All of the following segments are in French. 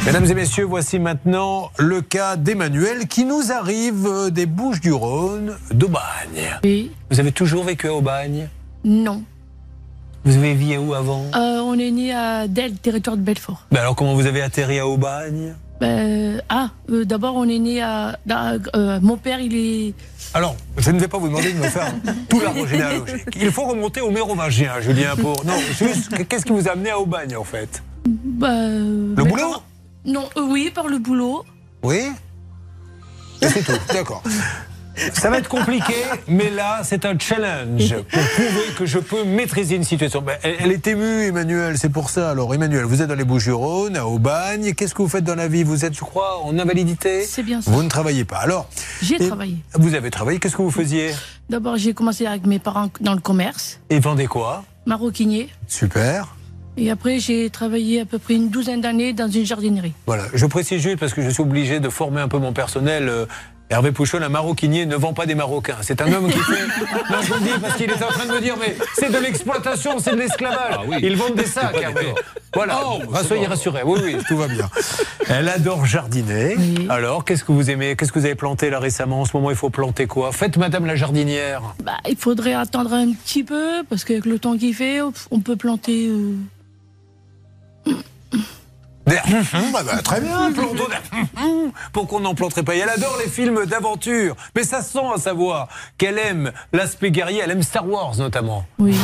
Mesdames et messieurs, voici maintenant le cas d'Emmanuel qui nous arrive des Bouches-du-Rhône, d'Aubagne. Oui. Vous avez toujours vécu à Aubagne? Non. Vous avez vécu où avant? On est né à Del, territoire de Belfort. Alors comment vous avez atterri à Aubagne? D'abord on est né à... mon père il est... Alors, je ne vais pas vous demander de me faire tout l'arbre généalogique. Il faut remonter au mérovingien, Julien, pour... Non, juste, qu'est-ce qui vous a amené à Aubagne, en fait? Le boulot? Non, oui, par le boulot. Oui? Et c'est tout, d'accord. Ça va être compliqué, mais là, c'est un challenge pour prouver que je peux maîtriser une situation. Elle est émue, Emmanuel, c'est pour ça. Alors, Emmanuel, vous êtes dans les Bouches-du-Rhône, à Aubagne. Qu'est-ce que vous faites dans la vie? Vous êtes, je crois, en invalidité? C'est bien ça. Vous ne travaillez pas. Alors, j'ai travaillé. Vous avez travaillé, qu'est-ce que vous faisiez? D'abord, j'ai commencé avec mes parents dans le commerce. Et vendez quoi? Maroquinier. Super. Et après, j'ai travaillé à peu près une douzaine d'années dans une jardinerie. Voilà, je précise juste parce que je suis obligé de former un peu mon personnel. Hervé Pouchol, un maroquinier, ne vend pas des Marocains. C'est un homme qui fait... Non, je vous le dis parce qu'il est en train de me dire, mais c'est de l'exploitation, c'est de l'esclavage. Ah, oui. Ils vendent des sacs, Hervé. Voilà, soyez rassurés. Oui, oui, tout va bien. Elle adore jardiner. Oui. Alors, qu'est-ce que vous aimez? Qu'est-ce que vous avez planté là récemment? En ce moment, il faut planter quoi? Faites Madame la jardinière. Il faudrait attendre un petit peu parce qu'avec le temps qu'il fait, on peut planter... Très bien, plantons. Pourquoi on n'en planterait pas? Elle adore les films d'aventure, mais ça sent à savoir qu'elle aime l'aspect guerrier, elle aime Star Wars notamment. Oui.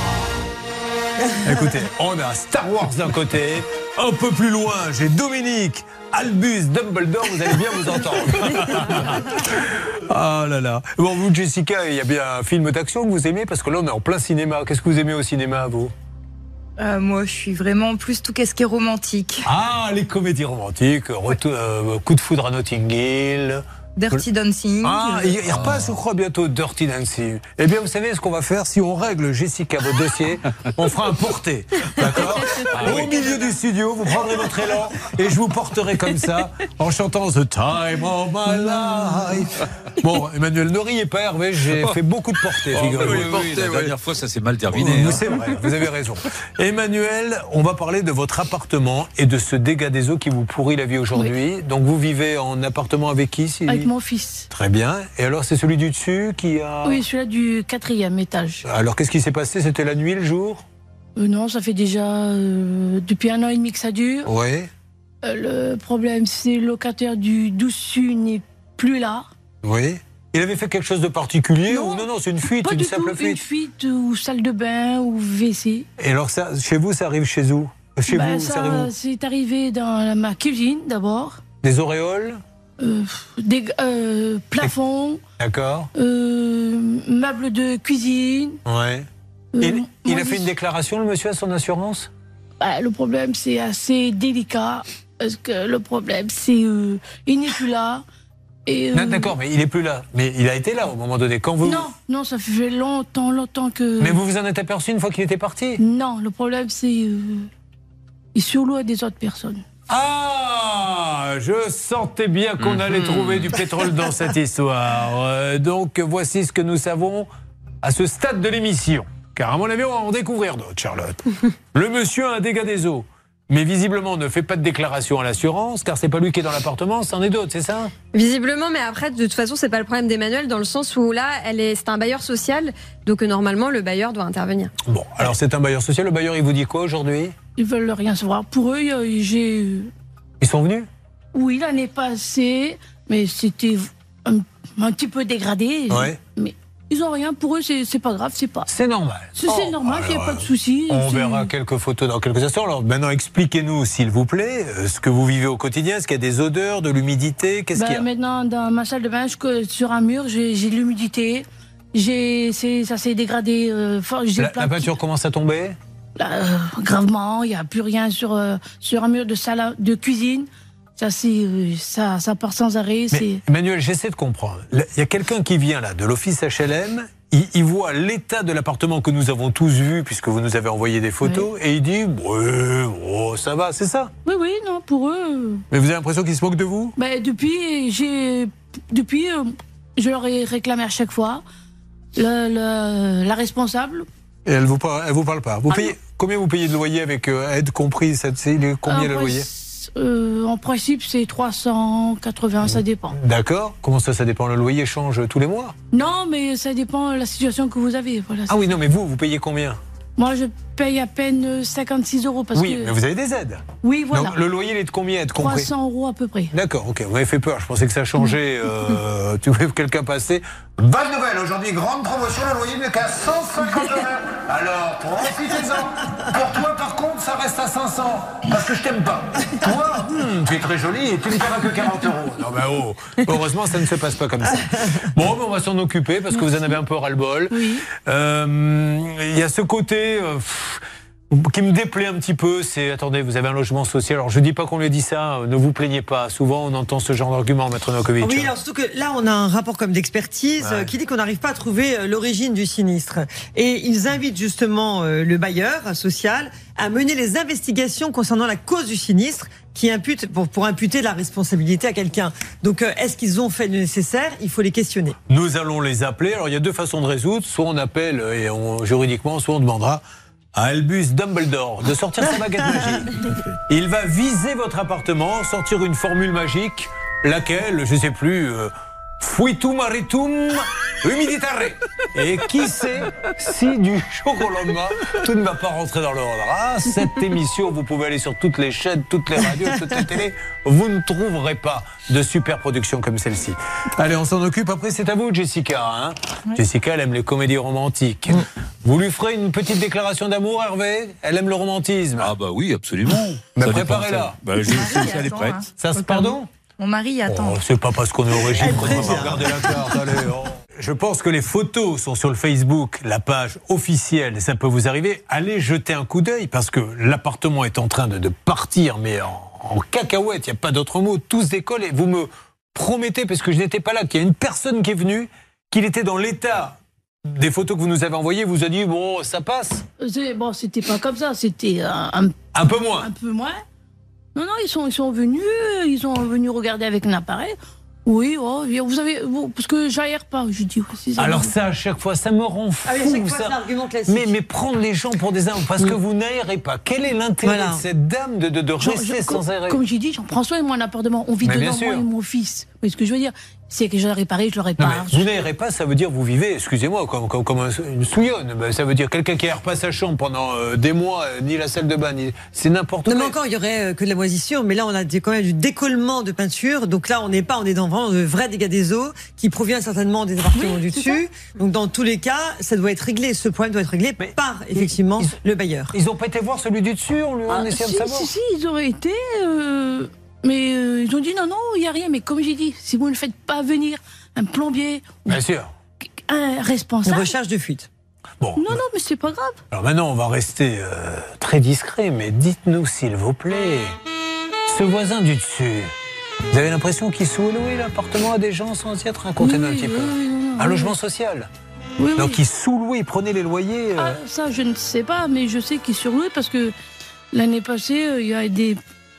Écoutez, on a Star Wars d'un côté, un peu plus loin, j'ai Dominique, Albus, Dumbledore, vous allez bien vous entendre. Ah là là. Bon, vous, Jessica, il y a bien un film d'action que vous aimez, parce que là, on est en plein cinéma. Qu'est-ce que vous aimez au cinéma, vous? Moi, je suis vraiment plus tout ce qui est romantique. Ah, les comédies romantiques, Coup de foudre à Notting Hill... Dirty Dancing. Ah, il repasse, je crois, bientôt Dirty Dancing. Eh bien, vous savez ce qu'on va faire? Si on règle, Jessica, votre dossier, on fera un porté. D'accord? Au milieu du studio, vous prendrez votre élan et je vous porterai comme ça, en chantant The Time of My Life. Bon, Emmanuel, ne riez pas, Hervé, j'ai fait beaucoup de portées. La dernière fois, ça s'est mal terminé. C'est vrai, vous avez raison. Emmanuel, on va parler de votre appartement et de ce dégât des eaux qui vous pourrit la vie aujourd'hui. Oui. Donc, vous vivez en appartement avec qui? Avec mon fils. Très bien. Et alors, c'est celui du dessus qui a... Oui, celui-là du 4e étage. Alors, qu'est-ce qui s'est passé? C'était la nuit, le jour? Non, ça fait déjà depuis 1 an et demi que ça dure. Oui. Le problème, c'est le locataire du dessus n'est plus là. Oui. Il avait fait quelque chose de particulier? Non, ou non, c'est une fuite, une simple fuite? Une fuite ou salle de bain ou WC. Et alors, ça, chez vous, ça arrive chez où? Chez vous, ça arrive où? C'est arrivé dans ma cuisine, d'abord. Des auréoles? Des plafonds. D'accord. Meubles de cuisine. Ouais. Il a fait une déclaration, le monsieur, à son assurance? Le problème, c'est assez délicat. Parce que le problème, c'est il n'est plus là. D'accord, mais il n'est plus là. Mais il a été là au moment donné. Quand vous... Non, ça fait longtemps que... Mais vous vous en êtes aperçu une fois qu'il était parti? Non, le problème, c'est... il surloue des autres personnes. Ah, je sentais bien qu'on allait trouver du pétrole dans cette histoire. Donc, voici ce que nous savons à ce stade de l'émission. Car à mon avis, on va en découvrir d'autres, Charlotte. Le monsieur a un dégât des eaux. Mais visiblement, ne fait pas de déclaration à l'assurance, car c'est pas lui qui est dans l'appartement, c'en est d'autres, c'est ça? Visiblement, mais après, de toute façon, c'est pas le problème d'Emmanuel, dans le sens où là, c'est un bailleur social, donc normalement, le bailleur doit intervenir. Bon, alors c'est un bailleur social. Le bailleur, il vous dit quoi aujourd'hui? Ils veulent rien savoir. Pour eux, Ils sont venus? Oui, l'année passée, mais c'était un petit peu dégradé. Ouais. Mais ils n'ont rien. Pour eux, c'est pas grave, c'est pas. C'est normal. C'est normal, il n'y a pas de souci. On verra quelques photos dans quelques instants. Alors maintenant, expliquez-nous, s'il vous plaît, ce que vous vivez au quotidien. Est-ce qu'il y a des odeurs, de l'humidité? Qu'est-ce qu'il y a? Maintenant, dans ma salle de bain, sur un mur, j'ai de l'humidité. Ça s'est dégradé. La peinture commence à tomber? Gravement, il n'y a plus rien sur un mur de salle de cuisine. Ça part sans arrêt. Mais, Emmanuel, j'essaie de comprendre. Il y a quelqu'un qui vient là, de l'office HLM, il voit l'état de l'appartement que nous avons tous vu, puisque vous nous avez envoyé des photos, et il dit ça va, c'est ça? Oui, non, pour eux. Mais vous avez l'impression qu'ils se moquent de vous? Depuis, je leur ai réclamé à chaque fois la responsable. Et elle vous parle pas. Vous payez, combien vous payez de loyer avec aide comprise? Combien le loyer? En principe, c'est 380, ça dépend. D'accord. Comment ça dépend? Le loyer change tous les mois? Non, mais ça dépend de la situation que vous avez. Voilà, ah oui, non, mais vous payez combien? Moi, je paye à peine 56 € parce oui, que... mais vous avez des aides. Oui, voilà. Donc, le loyer, il est de combien? 300 € à peu près. D'accord, ok. Vous m'avez fait peur. Je pensais que ça changeait. Tu vois quelqu'un passer. Bonne nouvelle. Aujourd'hui, grande promotion. Le loyer n'est qu'à 150 €. Alors, profitez-en. Pour toi, par contre, ça reste à 500. Parce que je t'aime pas. Toi, tu es très jolie et tu ne paieras que 40 €. Non, mais oh. Heureusement, ça ne se passe pas comme ça. Bon, mais on va s'en occuper parce que vous en avez un peu ras-le-bol. Oui. Il y a ce côté qui me déplaît un petit peu, c'est, attendez, vous avez un logement social. Alors je dis pas qu'on lui dit ça, ne vous plaignez pas. Souvent on entend ce genre d'argument, Maître Novakovic. Oui, alors surtout que là on a un rapport comme d'expertise qui dit qu'on n'arrive pas à trouver l'origine du sinistre. Et ils invitent justement le bailleur social à mener les investigations concernant la cause du sinistre qui impute, pour imputer la responsabilité à quelqu'un. Donc est-ce qu'ils ont fait le nécessaire? Il faut les questionner. Nous allons les appeler. Alors il y a deux façons de résoudre. Soit on appelle juridiquement, soit on demandera à Albus Dumbledore de sortir sa baguette magique. Il va viser votre appartement, sortir une formule magique, laquelle, je ne sais plus, fuitum maritum humiditare. Et qui sait si du jour au lendemain, tout ne va pas rentrer dans l'ordre. Ah, cette émission, vous pouvez aller sur toutes les chaînes, toutes les radios, toutes les télés, vous ne trouverez pas de super production comme celle-ci. Allez, on s'en occupe. Après, c'est à vous, Jessica. Hein, oui. Jessica, elle aime les comédies romantiques. Vous lui ferez une petite déclaration d'amour, Hervé? Elle aime le romantisme. Ah bah oui, absolument. Mais préparez-la. Bah, elle est prête. Ça se pardon? Mon mari attend. Oh, c'est pas parce qu'on est au régime qu'on va regarder la carte. Allez, oh. Je pense que les photos sont sur le Facebook, la page officielle. Ça peut vous arriver. Allez jeter un coup d'œil parce que l'appartement est en train de partir, mais en cacahuète. Il n'y a pas d'autre mot. Tout se décolle et vous me promettez, parce que je n'étais pas là, qu'il y a une personne qui est venue, qu'il était dans l'état des photos que vous nous avez envoyées. Vous a dit bon, ça passe. Bon, c'était pas comme ça. C'était un peu moins. Un peu moins. Non, ils sont venus regarder avec un appareil. Oui, vous avez, parce que j'aère pas. Je dis aussi. Alors ça, à chaque fois, ça me rend fou. À chaque fois, c'est l'argument classique. Mais prendre les gens pour des hommes, parce que vous n'aérez pas. Quel est l'intérêt de cette dame de rester sans aérer? Comme j'ai dit, j'en prends soin de mon appartement. On vit dedans, moi et mon fils. Vous voyez ce que je veux dire? C'est que je l'ai réparé, je le répare. Vous n'aérez pas, ça veut dire vous vivez, excusez-moi, comme une souillonne. Ça veut dire quelqu'un qui n'aère pas sa chambre pendant des mois, ni la salle de bain, c'est n'importe quoi. Non, mais encore, il y aurait que de la moisissure, mais là, on a quand même du décollement de peinture. Donc là, on est dans vraiment de vrais dégâts des eaux qui provient certainement des appartements du dessus. Donc dans tous les cas, ça doit être réglé. Ce problème doit être réglé par, effectivement, le bailleur. Ils n'ont pas été voir celui du dessus, on essayait de savoir. Si, ils auraient été... Mais ils ont dit non, il n'y a rien. Mais comme j'ai dit, si vous ne faites pas venir un plombier, bien sûr, un responsable, une recherche de fuite. Bon, non, mais c'est pas grave. Alors maintenant, on va rester très discret, mais dites-nous s'il vous plaît, ce voisin du dessus, vous avez l'impression qu'il sous-louait l'appartement à des gens sans y être raconté un petit peu, un logement social. Donc il sous-louait, il prenait les loyers. Ça, je ne sais pas, mais je sais qu'il surlouait parce que l'année passée, il y a des...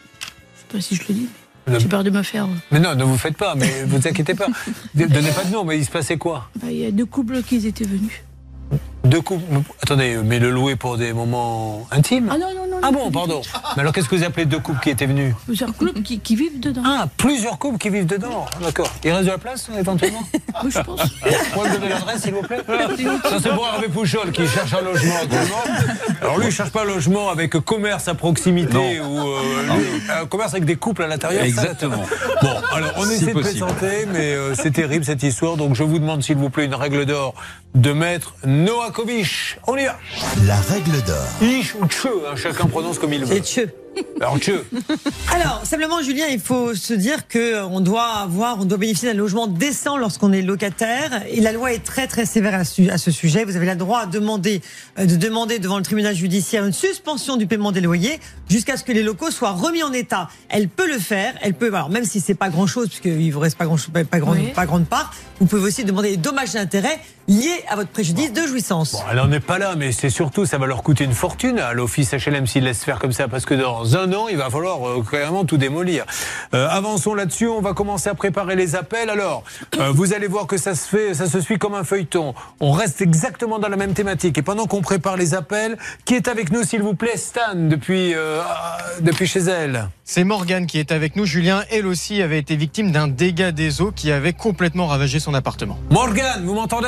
Je sais pas si je le dis. J'ai peur de me faire. Mais non, ne vous faites pas, mais vous inquiétez pas. Donnez pas de nom, mais il se passait quoi? Il y a deux couples qui étaient venus. Deux couples? Attendez, mais le louer pour des moments intimes? Ah non. Ah bon, pardon. Mais alors qu'est-ce que vous appelez deux couples qui étaient venus? Plusieurs couples qui vivent dedans. Ah, plusieurs couples qui vivent dedans. D'accord. Il reste de la place, éventuellement? Oui, je pense. Vous pouvez me donner l'adresse, s'il vous plaît? Ça, c'est pour Hervé Pouchol qui cherche un logement actuellement. Alors lui, il ne cherche pas un logement avec commerce à proximité ou un commerce avec des couples à l'intérieur. Exactement. Bon, alors on essaie de plaisanter, mais c'est terrible cette histoire. Donc je vous demande, s'il vous plaît, une règle d'or de Maître Novakovic. On y va. La règle d'or. Ich ou tche, chacun prononce comme il veut. C'est tche. Alors, tche. Alors, simplement, Julien, il faut se dire qu'on doit bénéficier d'un logement décent lorsqu'on est locataire. Et la loi est très, très sévère à ce sujet. Vous avez le droit de demander devant le tribunal judiciaire une suspension du paiement des loyers jusqu'à ce que les locaux soient remis en état. Elle peut le faire. Alors, même si c'est pas grand chose, puisqu'il vous reste pas grande part, vous pouvez aussi demander des dommages d'intérêt liés à votre préjudice de jouissance. Bon, elle n'en est pas là, mais c'est surtout, ça va leur coûter une fortune à l'office HLM s'ils laissent faire comme ça, parce que dans dans un an, il va falloir carrément tout démolir. Avançons là-dessus, on va commencer à préparer les appels. Alors, vous allez voir que ça se suit comme un feuilleton. On reste exactement dans la même thématique. Et pendant qu'on prépare les appels, qui est avec nous, s'il vous plaît, Stan, depuis chez elle? C'est Morgane qui est avec nous. Julien, elle aussi, avait été victime d'un dégât des eaux qui avait complètement ravagé son appartement. Morgane, vous m'entendez?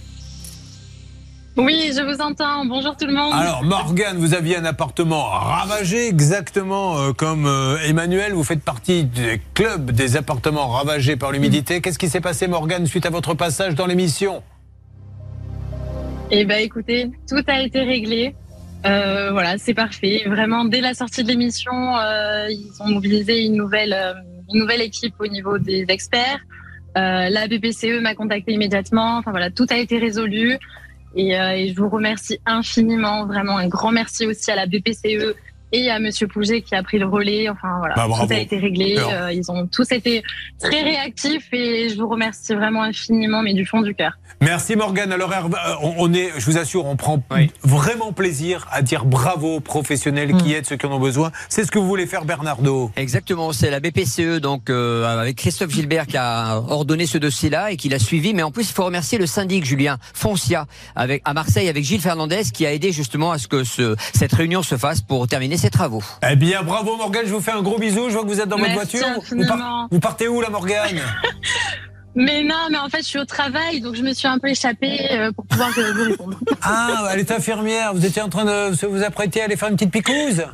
Oui, je vous entends. Bonjour tout le monde. Alors, Morgane, vous aviez un appartement ravagé, exactement comme Emmanuel. Vous faites partie du club des appartements ravagés par l'humidité. Qu'est-ce qui s'est passé, Morgane, suite à votre passage dans l'émission? Eh bien, écoutez, tout a été réglé. Voilà, c'est parfait. Vraiment, dès la sortie de l'émission, ils ont mobilisé une nouvelle équipe au niveau des experts. La BPCE m'a contacté immédiatement. Enfin voilà, tout a été résolu. Et je vous remercie infiniment, vraiment un grand merci aussi à la BPCE et à Monsieur Pouget qui a pris le relais. Enfin voilà, tout a été réglé. Ils ont tous été très réactifs et je vous remercie vraiment infiniment, mais du fond du cœur. Merci Morgane. Alors je vous assure, on prend vraiment plaisir à dire bravo aux professionnels qui aident ceux qui en ont besoin. C'est ce que vous voulez faire, Bernardo? Exactement, c'est la BPCE donc avec Christophe Gilbert qui a ordonné ce dossier-là et qui l'a suivi. Mais en plus, il faut remercier le syndic Julien Foncia à Marseille avec Gilles Fernandez qui a aidé justement à ce que cette réunion se fasse pour terminer ses travaux. Eh bien, bravo Morgane, je vous fais un gros bisou. Je vois que vous êtes dans votre voiture. Vous partez où là, Morgane? Mais non, mais en fait, je suis au travail, donc je me suis un peu échappée pour pouvoir vous répondre. Ah, elle est infirmière. Vous étiez en train de vous apprêter à aller faire une petite picouse?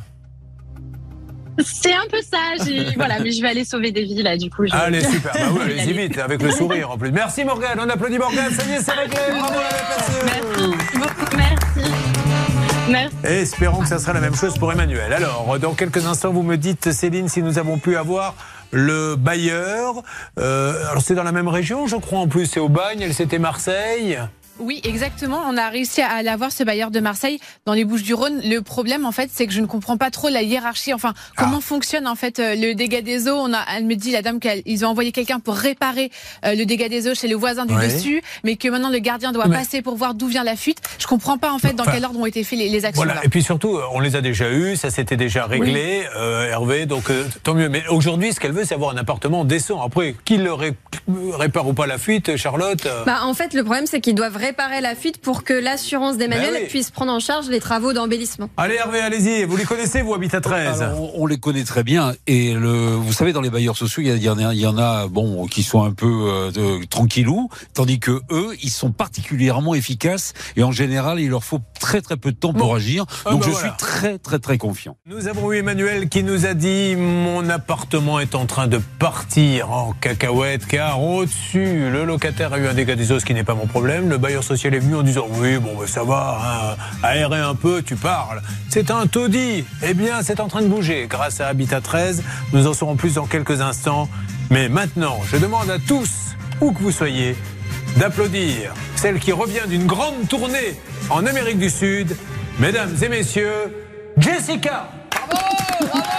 C'est un peu ça. Voilà, mais je vais aller sauver des vies là, du coup. Allez, super. Bah oui, allez-y vite, avec le sourire en plus. Merci Morgane. On applaudit Morgane. Ça y est, c'est réglé. Bravo à la BPCE. Merci beaucoup. Merci. Merci. Et espérons que ça sera la même chose pour Emmanuel. Alors, dans quelques instants, vous me dites, Céline, si nous avons pu avoir le bailleur. Alors, c'est dans la même région, je crois, en plus. C'est au Bagne, c'était Marseille. Oui, exactement. On a réussi à l'avoir, ce bailleur de Marseille, dans les Bouches-du-Rhône. Le problème, en fait, c'est que je ne comprends pas trop la hiérarchie. Enfin, comment fonctionne, en fait, le dégât des eaux. Elle me dit, la dame, qu'ils ont envoyé quelqu'un pour réparer le dégât des eaux chez le voisin du dessus, mais que maintenant, le gardien doit passer pour voir d'où vient la fuite. Je comprends pas, en fait, dans quel ordre ont été faites les actions. Voilà. Et puis surtout, on les a déjà eus, ça s'était déjà réglé, Hervé, donc tant mieux. Mais aujourd'hui, ce qu'elle veut, c'est avoir un appartement décent. Après, qui le répare ou pas la fuite, Charlotte? En fait, le problème, c'est qu'ils doivent réparer la fuite pour que l'assurance d'Emmanuel puisse prendre en charge les travaux d'embellissement. Allez Hervé, allez-y. Vous les connaissez, vous, Habitat 13? Alors, on les connaît très bien. Et vous savez, dans les bailleurs sociaux, il y en a qui sont un peu tranquillous, tandis que eux, ils sont particulièrement efficaces. Et en général, il leur faut très très peu de temps pour agir. Donc je suis très très très confiant. Nous avons eu Emmanuel qui nous a dit: mon appartement est en train de partir en cacahuète, car au-dessus, le locataire a eu un dégât des eaux, ce qui n'est pas mon problème. Le bailleur social est venu en disant: oui, ça va, aérer un peu, tu parles. C'est un taudis. Eh bien, c'est en train de bouger. Grâce à Habitat 13, nous en saurons plus dans quelques instants. Mais maintenant, je demande à tous, où que vous soyez, d'applaudir celle qui revient d'une grande tournée en Amérique du Sud. Mesdames et messieurs, Jessica. Bravo, bravo.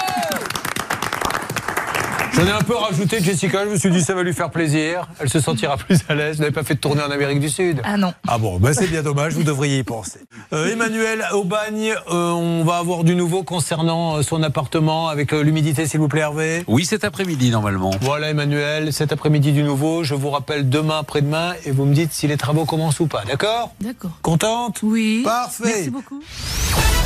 J'en ai un peu rajouté, Jessica, je me suis dit ça va lui faire plaisir, elle se sentira plus à l'aise. Vous n'avez pas fait de tournée en Amérique du Sud? Ah non. Ah bon, c'est bien dommage, vous devriez y penser. Emmanuel, au Bagne, on va avoir du nouveau concernant son appartement avec l'humidité, s'il vous plaît, Hervé? Oui, cet après-midi normalement. Voilà Emmanuel, cet après-midi du nouveau, je vous rappelle demain, après-demain, et vous me dites si les travaux commencent ou pas, d'accord? D'accord. Contente? Oui. Parfait. Merci beaucoup.